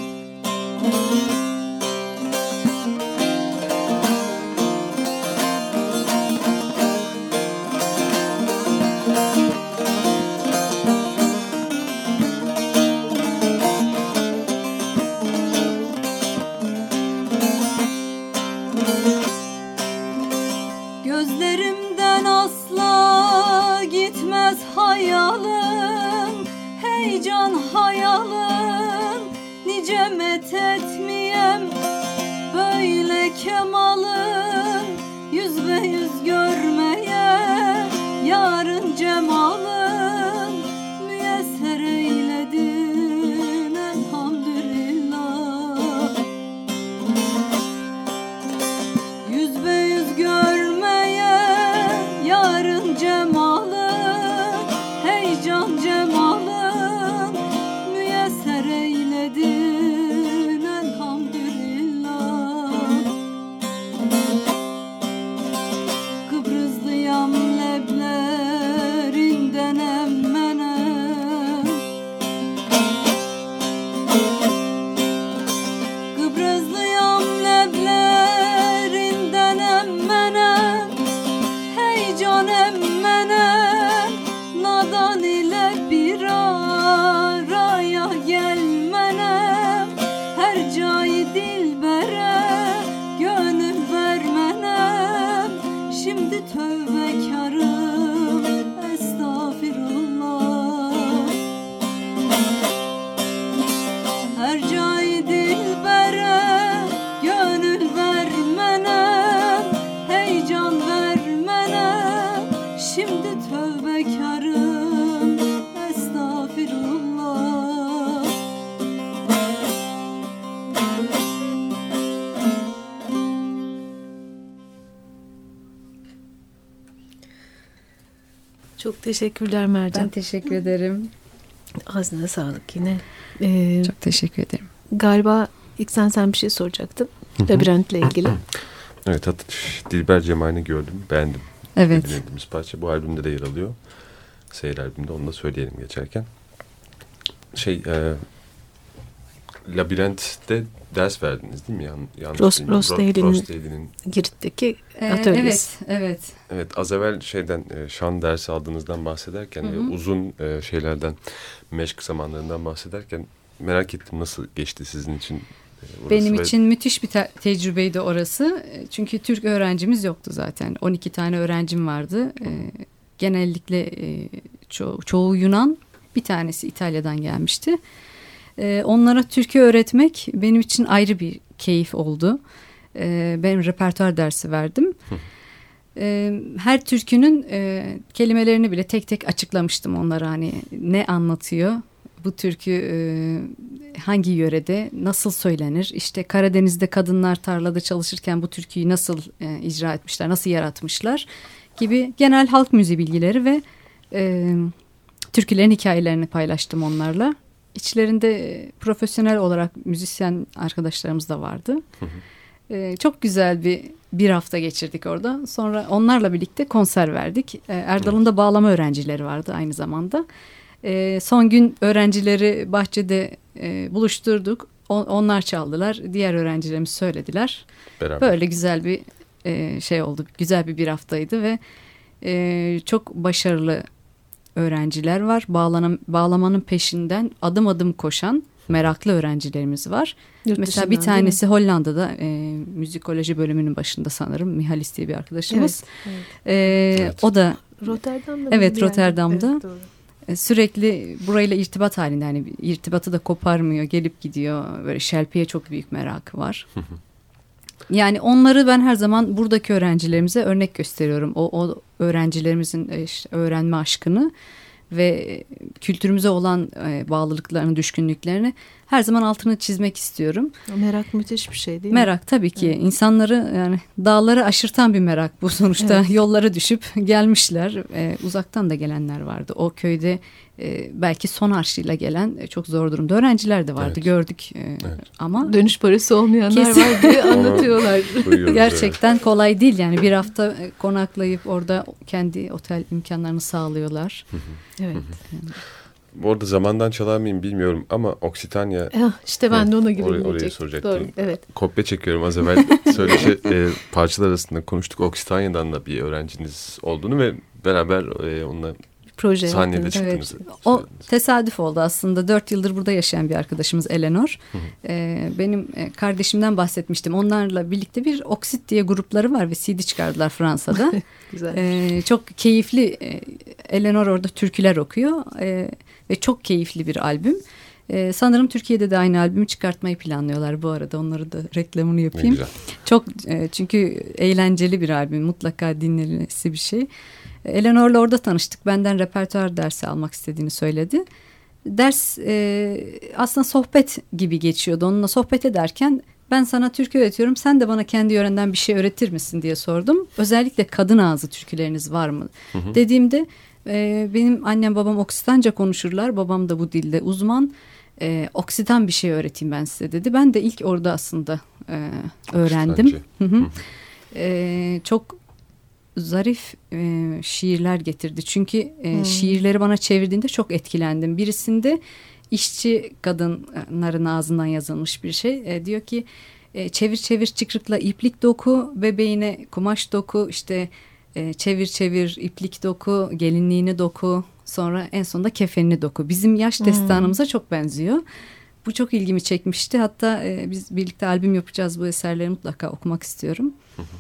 Gözlerimden asla gitmez hayalım, hey can hayalım, nice met etmeyem böyle kemalım, yüz be yüz görmeye yarın cemalım, müyesser eyledin elhamdülillah. Yüz be yüz görmeye yarın cemalım, hey can cemalım, müyesser eyledin elhamdülillah. Kıbrıslıyam leblerinden emmenem, Kıbrıslıyam leblerinden emmenem, hey can emmenem, nadan ile bir araya gelmenem, her cayı dilbere gönül vermenem, şimdi tövbekarım estağfirullah. Her cayı dilbere gönül vermenem, hey can vermenem, şimdi tövbekarım estağfirullah. Çok teşekkürler Mercan. Ben teşekkür ederim. Ağzına sağlık yine. Ee, Çok teşekkür ederim. Galiba ilk sen sen bir şey soracaktın. Labirentle ilgili. Evet, hatta Dilber Cemal'i gördüm, beğendim. Evet. Dinlediğimiz parça bu albümde de yer alıyor. Seyir albümünde, onu da söyleyelim geçerken. Şey, e, Labirent'te ders verdiniz değil mi? Yan, yanlış Ross, bilmiyorum. Ross Daly'nin Ross Daly'nin Girit'teki Ee, atölyesi. evet, evet. Evet, az evvel şeyden e, şan dersi aldığınızdan bahsederken, Hı hı. e, uzun e, şeylerden, meşk zamanlarından bahsederken merak ettim, nasıl geçti sizin için? e, orası Benim ve- için müthiş bir te- tecrübeydi orası. Çünkü Türk öğrencimiz yoktu zaten. on iki tane öğrencim vardı. Ee, genellikle e, ço- çoğu Yunan, bir tanesi İtalya'dan gelmişti. Ee, onlara türkü öğretmek benim için ayrı bir keyif oldu. Ee, ben repertuar dersi verdim. Ee, her türkünün e, kelimelerini bile tek tek açıklamıştım onlara, hani ne anlatıyor bu türkü, e, hangi yörede nasıl söylenir, işte Karadeniz'de kadınlar tarlada çalışırken bu türküyü nasıl e, icra etmişler, nasıl yaratmışlar gibi genel halk müziği bilgileri ve e, türkülerin hikayelerini paylaştım onlarla. İçlerinde profesyonel olarak müzisyen arkadaşlarımız da vardı. Hı hı. Ee, çok güzel bir bir hafta geçirdik orada. Sonra onlarla birlikte konser verdik. Ee, Erdal'ın da bağlama öğrencileri vardı aynı zamanda. Ee, son gün öğrencileri bahçede e, buluşturduk. On, onlar çaldılar. Diğer öğrencilerimiz söylediler. Beraber. Böyle güzel bir e, şey oldu. Güzel bir bir haftaydı ve e, çok başarılı öğrenciler var. Bağlanam, bağlamanın peşinden adım adım koşan meraklı öğrencilerimiz var. Yurt Mesela dışından, bir tanesi Hollanda'da e, müzikoloji bölümünün başında sanırım. Mihalis diye bir arkadaşımız. Evet, E, Evet. O da Rotterdam'da. Evet, bir yerde. Rotterdam'da. Evet, doğru. e, sürekli burayla irtibat halinde. Yani irtibatı da koparmıyor. Gelip gidiyor. Böyle şelpiye çok büyük merakı var. Yani onları ben her zaman buradaki öğrencilerimize örnek gösteriyorum. O, o öğrencilerimizin e, işte öğrenme aşkını ve kültürümüze olan e, bağlılıklarını, düşkünlüklerini her zaman altını çizmek istiyorum. Merak müthiş bir şey değil mi? Merak tabii ki. Evet. İnsanları yani dağları aşırtan bir merak bu sonuçta. Evet. Yollara düşüp gelmişler. Ee, uzaktan da gelenler vardı. O köyde e, belki son harçlığıyla gelen e, çok zor durumda öğrenciler de vardı. Evet. Gördük. E, Evet. Ama Dönüş parası olmayanlar Kesin. var diye anlatıyorlar. Duyuyoruz, gerçekten kolay değil. Yani bir hafta e, konaklayıp orada kendi otel imkanlarını sağlıyorlar. Evet. evet. Orada zamandan çalar mıyım bilmiyorum ama Oksitanya... Eh, işte ben de ona gibi orayı, orayı soracaktım. Doğru, evet. Kopya çekiyorum az evvel. Söyleşi e, parçalar arasında konuştuk. Oksitanya'dan da bir öğrenciniz olduğunu ve beraber e, onunla Proje sahnede yaptınız. çıktınız. Evet. O tesadüf oldu aslında. Dört yıldır burada yaşayan bir arkadaşımız Eleanor. Ee, benim kardeşimden bahsetmiştim. Onlarla birlikte bir Oksit diye grupları var ve C D çıkardılar Fransa'da. Güzel. Ee, çok keyifli. Eleanor orada türküler okuyor ee, ve çok keyifli bir albüm. Ee, sanırım Türkiye'de de aynı albümü çıkartmayı planlıyorlar bu arada. Onları da reklamını yapayım. Çok e, çünkü eğlenceli bir albüm. Mutlaka dinlenmesi bir şey. Eleanor'la orada tanıştık. Benden repertuar dersi almak istediğini söyledi. Ders e, aslında sohbet gibi geçiyordu. Onunla sohbet ederken ben sana türkü öğretiyorum. Sen de bana kendi yörenden bir şey öğretir misin diye sordum. Özellikle kadın ağzı türküleriniz var mı? Hı hı. Dediğimde e, benim annem babam Oksitanca konuşurlar. Babam da bu dilde uzman. E, Oksitan bir şey öğreteyim ben size dedi. Ben de ilk orada aslında e, öğrendim. Hı hı. Hı hı. E, çok zarif e, şiirler getirdi. Çünkü e, hmm. şiirleri bana çevirdiğinde çok etkilendim. Birisinde işçi kadınların ağzından yazılmış bir şey. E, diyor ki e, çevir çevir çıkrıkla iplik doku, bebeğine kumaş doku, işte e, çevir çevir iplik doku, gelinliğini doku, sonra en sonunda kefenini doku. Bizim yaş hmm. destanımıza çok benziyor. Bu çok ilgimi çekmişti. Hatta e, biz birlikte albüm yapacağız. Bu eserleri mutlaka okumak istiyorum.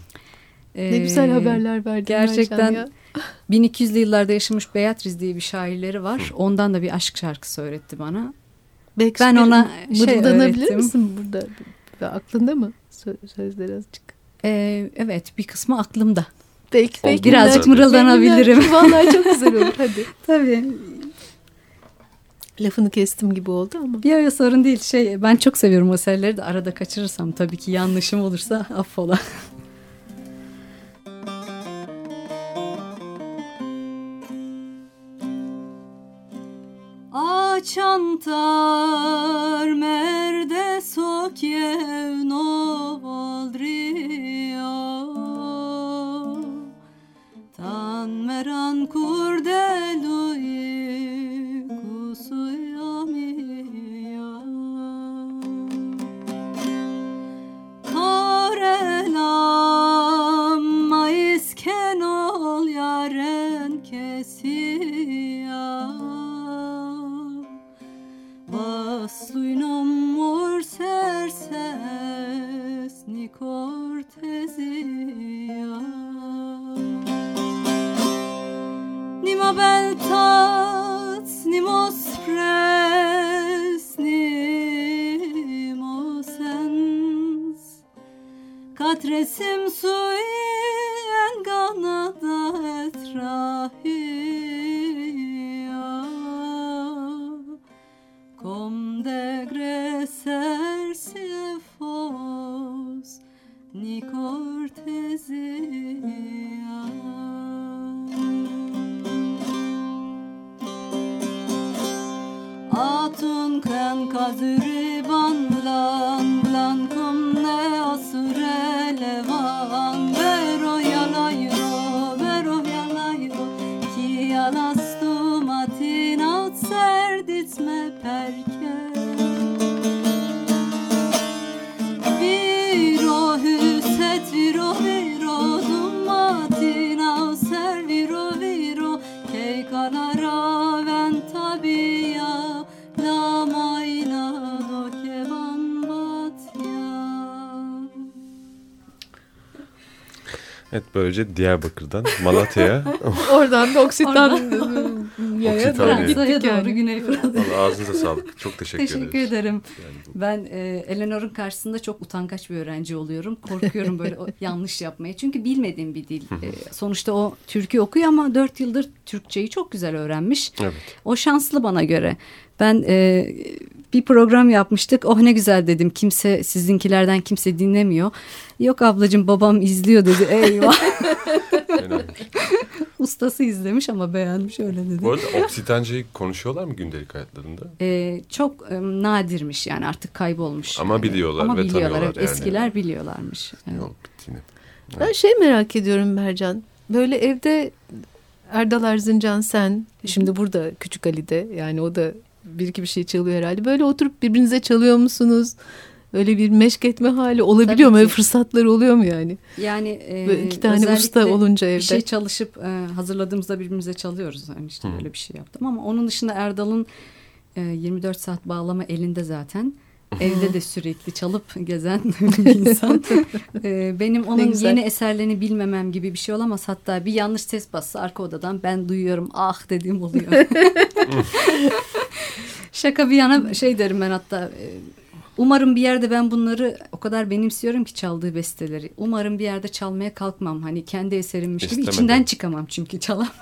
Ne güzel haberler verdin. Gerçekten bin iki yüzlü yıllarda yaşamış Beatriz diye bir şairleri var. Ondan da bir aşk şarkısı öğretti bana. Belki ben ona şey öğrettim. Misin burada? Aklında mı sözleri azıcık? Ee, evet, bir kısmı aklımda. Belki, belki birazcık mırıldanabilirim. Vallahi çok güzel olur. Hadi. Tabii. Lafını kestim gibi oldu ama. Yok yok, sorun değil. Şey, ben çok seviyorum o eserleri de, arada kaçırırsam tabii ki yanlışım olursa affola. Çantar merde sokiev novaldrio tan meran kurdelui kusuyamia karelam mais kenol yaren kesia Vasluinam mor serses ni cortesia Nima beltats nimos pres nimosens Katresim sui en ganada etrahia Kom degreser sefos ni cortesia Atun ken kazuri banlan blan kom ne asure levan Vero yalayro, vero yalayro Ki yalastu matin out serdits me perke Viro hüset viro viro Dummatin out ser viro viro Kei kalara ven tabiya La mayla do kevan batya Evet, böylece Diyarbakır'dan Malatya'ya oradan da Oksitan Konya'ya doğru Oksitanya. gittik Fransa'ya doğru, yani. Güney Fransa. Vallahi ağzınıza sağlık. Çok teşekkür, Teşekkür ederiz. ederim. Yani bu- Ben e, Eleanor'un karşısında çok utangaç bir öğrenci oluyorum. Korkuyorum böyle o, yanlış yapmaya. Çünkü bilmediğim bir dil. E, sonuçta o türkü okuyor ama dört yıldır Türkçeyi çok güzel öğrenmiş. Evet. O şanslı bana göre. Ben e, bir program yapmıştık. Oh ne güzel dedim. Kimse sizinkilerden kimse dinlemiyor. Yok ablacığım babam izliyor dedi. Eyvah. Önemli. Ustası izlemiş ama beğenmiş öyle dedi. Bu arada Oksitancayı konuşuyorlar mı gündelik hayatlarında? Ee, çok e, nadirmiş yani artık kaybolmuş. Ama Yani. biliyorlar Ama ve biliyorlar. tanıyorlar Evet, yani. Eskiler biliyorlarmış. Evet. Yok bittiğini. Ben şey merak ediyorum Mercan. Böyle evde Erdal Erzincan sen, şimdi burada Küçük Ali'de, yani o da bir iki bir şey çalıyor herhalde. Böyle oturup birbirinize çalıyor musunuz? Öyle bir meşk etme hali olabiliyor Tabii mu? ki. Öyle fırsatlar oluyor mu yani? Yani e, Böyle iki tane özellikle usta olunca evde. bir şey çalışıp e, hazırladığımızda birbirimize çalıyoruz. Yani işte Hı. öyle bir şey yaptım ama onun dışında Erdal'ın e, yirmi dört saat bağlama elinde zaten. Evde de sürekli çalıp gezen bir insan. E, benim onun güzel. yeni eserlerini bilmemem gibi bir şey olamaz. Hatta bir yanlış ses bassa arka odadan ben duyuyorum ah dediğim oluyor. Şaka bir yana şey derim ben hatta... E, umarım bir yerde ben bunları o kadar benimsiyorum ki çaldığı besteleri. Umarım bir yerde çalmaya kalkmam. Hani kendi eserimmiş gibi İstemeden. içinden çıkamam çünkü çalamam.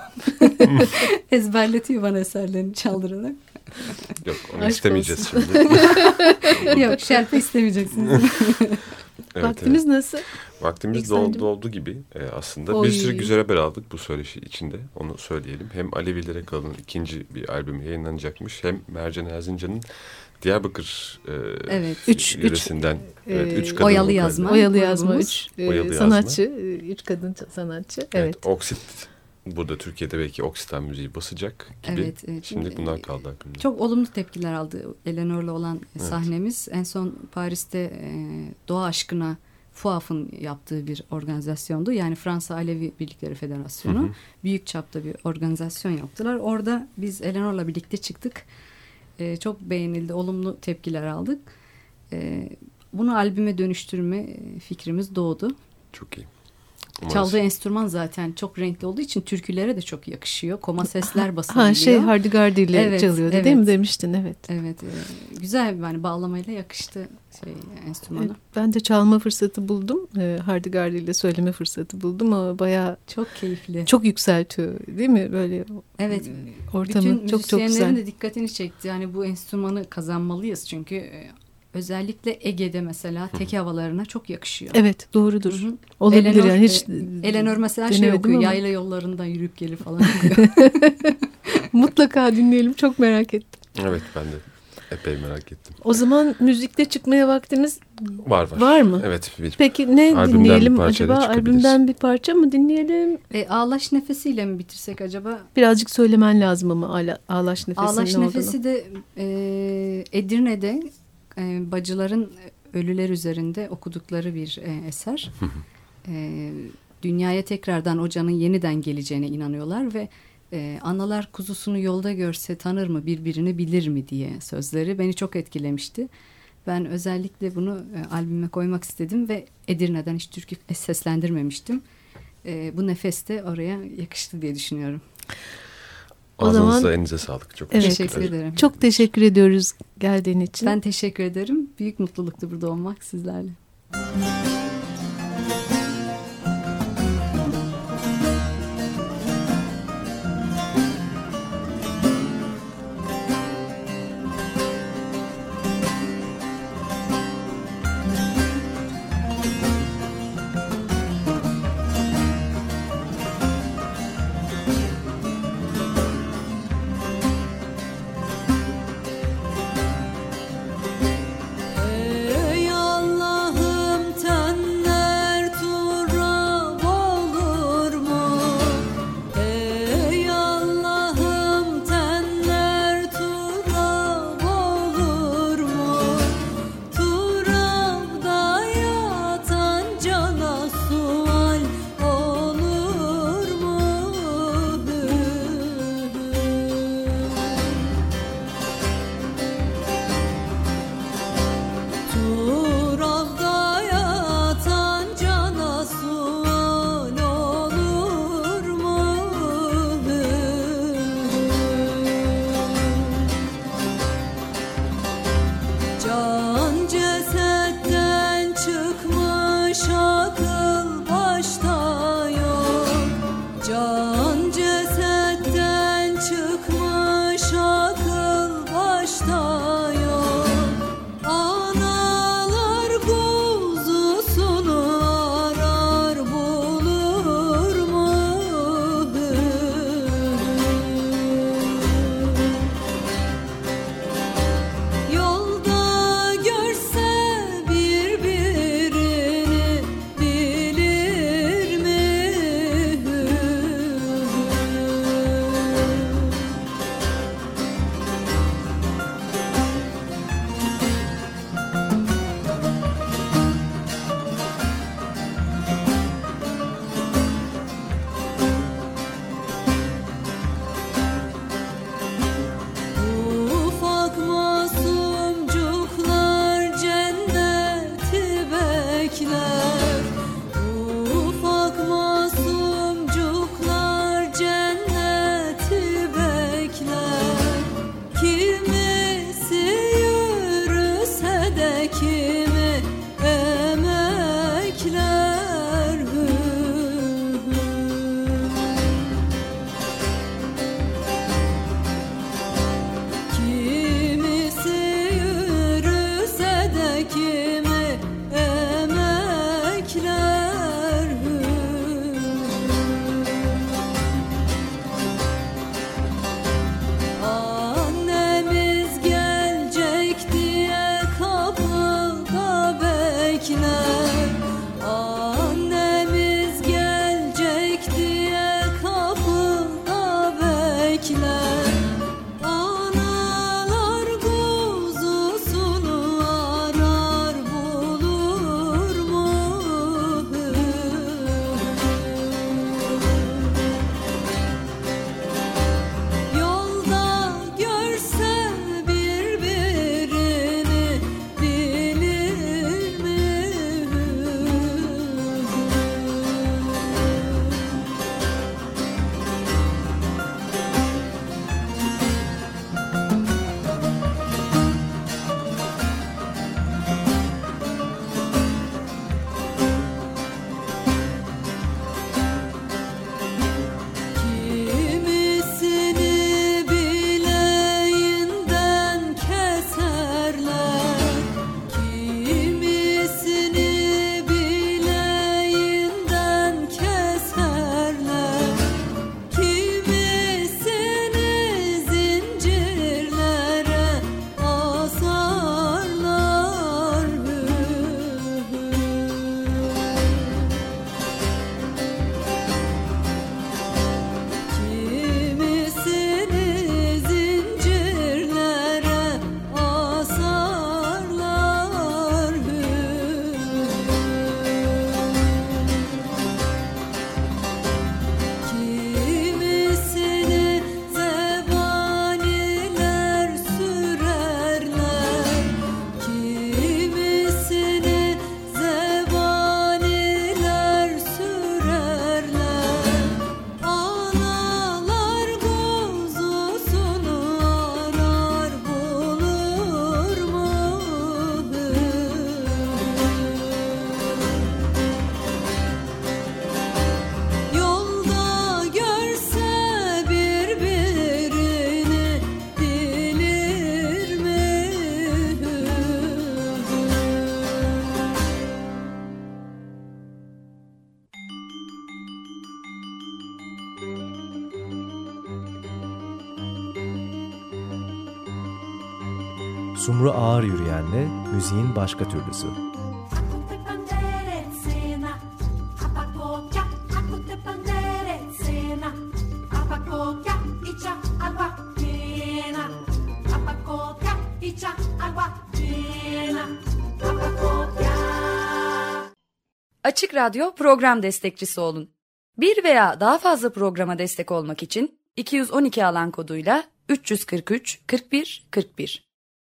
Ezberletiyor bana eserlerini çaldırarak. Yok onu Aşk istemeyeceğiz olsun. şimdi. Yok şerpe istemeyeceksiniz. Evet, Vaktimiz evet. nasıl? Vaktimiz İhsan'cığım. doldu, doldu gibi e, aslında. Oy. Bir sürü güzel haber aldık bu söyleşi içinde. Onu söyleyelim. Hem Alevilere Kalın ikinci bir albümü yayınlanacakmış. Hem Mercan Erzincan'ın Diyarbakır e, Evet. Üç- yöresinden. üç, evet, e, üç kadın Oyalı vokalle. yazma. Oyalı yazma grubumuz. üç e, Oyalı yazma. sanatçı, e, üç kadın sanatçı. Evet. Evet. Oksit. Burada Türkiye'de belki Oksitan müziği basacak gibi. Evet, evet. Şimdi bunlar kaldı aklımda. Çok olumlu tepkiler aldı Eleanor'la olan Evet. sahnemiz. En son Paris'te e, Doğa Aşkına FUAF'ın yaptığı bir organizasyondu. Yani Fransa Alevi Birlikleri Federasyonu. Hı hı. Büyük çapta bir organizasyon yaptılar. Orada biz Eleanor'la birlikte çıktık. E, çok beğenildi. Olumlu tepkiler aldık. E, bunu albüme dönüştürme e, fikrimiz doğdu. Çok iyi. Umarız. Çaldığı enstrüman zaten çok renkli olduğu için türkülere de çok yakışıyor. Koma sesler basabiliyor. Ha şey Hardigardi ile Evet, çalıyordu evet. değil mi demiştin, evet. Evet, e, güzel yani bağlamayla yakıştı şey enstrümanı. Evet, ben de çalma fırsatı buldum. E, Hardigardi ile söyleme fırsatı buldum ama bayağı Çok keyifli. çok yükseltiyor değil mi? Böyle Evet. ortamı Bütün çok çok müzisyenlerin güzel. de dikkatini çekti. Yani bu enstrümanı kazanmalıyız çünkü e, özellikle Ege'de mesela tek havalarına çok yakışıyor. Evet, doğrudur. Hı hı. Olabilir Eleanor, yani hiç e, Eleanor mesela şey denemedim okuyor. ama. Yayla yollarından yürüyüp gelir falan okuyor. mutlaka dinleyelim, çok merak ettim. Evet ben de epey merak ettim. O zaman müzikte çıkmaya vaktimiz Var var. var mı? Evet. Bir, Peki ne Albümden bir dinleyelim parçayla acaba? çıkabiliriz. Albümden bir parça mı dinleyelim? e, Ağlaş Nefesi'yle mi bitirsek acaba? Birazcık söylemen lazım ama Ağla- Ağlaş Nefesi'nin Ağlaş ne Nefesi olduğunu. de e, Edirne'de e, bacıların ölüler üzerinde okudukları bir e, eser. e, dünyaya tekrardan o canın yeniden geleceğine inanıyorlar ve e, analar kuzusunu yolda görse tanır mı birbirini bilir mi diye sözleri beni çok etkilemişti. Ben özellikle bunu e, albüme koymak istedim ve Edirne'den hiç türkü seslendirmemiştim. E, bu nefes de oraya yakıştı diye düşünüyorum. O ağzınıza zaman- elinize sağlık. Çok Evet. Teşekkür ederim. Çok teşekkür ediyoruz geldiğin için. Ben teşekkür ederim. Büyük mutluluktu burada olmak sizlerle. Ey Allah'ım tenler tut bekler. Ufak masumcuklar cenneti bekler. Kimisi yürüse de kimi emekler. Kimisi yürüse de kimi emekler. Annemiz gelecek diye kapıda bekler. Annemiz gelecek diye kapıda bekler. Analar kuzusunu arar bulur mu? Yolda görse birbirini bilir mi? Kimisini bileğinden keserler. Kimisini bileğinden keserler. Kimisini zincirlere asarlar. Kimisini zincirlere asarlar. Kimisini zebaniler sürerler. Kimisini zebaniler sürerler. Analar kuzusunu arar bulur mu? Yolda görse birbirini bilir mi? Sumru Ağır Yürüyen'le müziğin başka türlüsü. Aku te pandere cena, apakokya, aku te pandere cena, apakokya, icha agua llena, apakokya, icha agua llena, apakokya. Açık Radyo program destekçisi olun. Bir veya daha fazla programa destek olmak için iki yüz on iki alan koduyla üç yüz kırk üç kırk bir kırk bir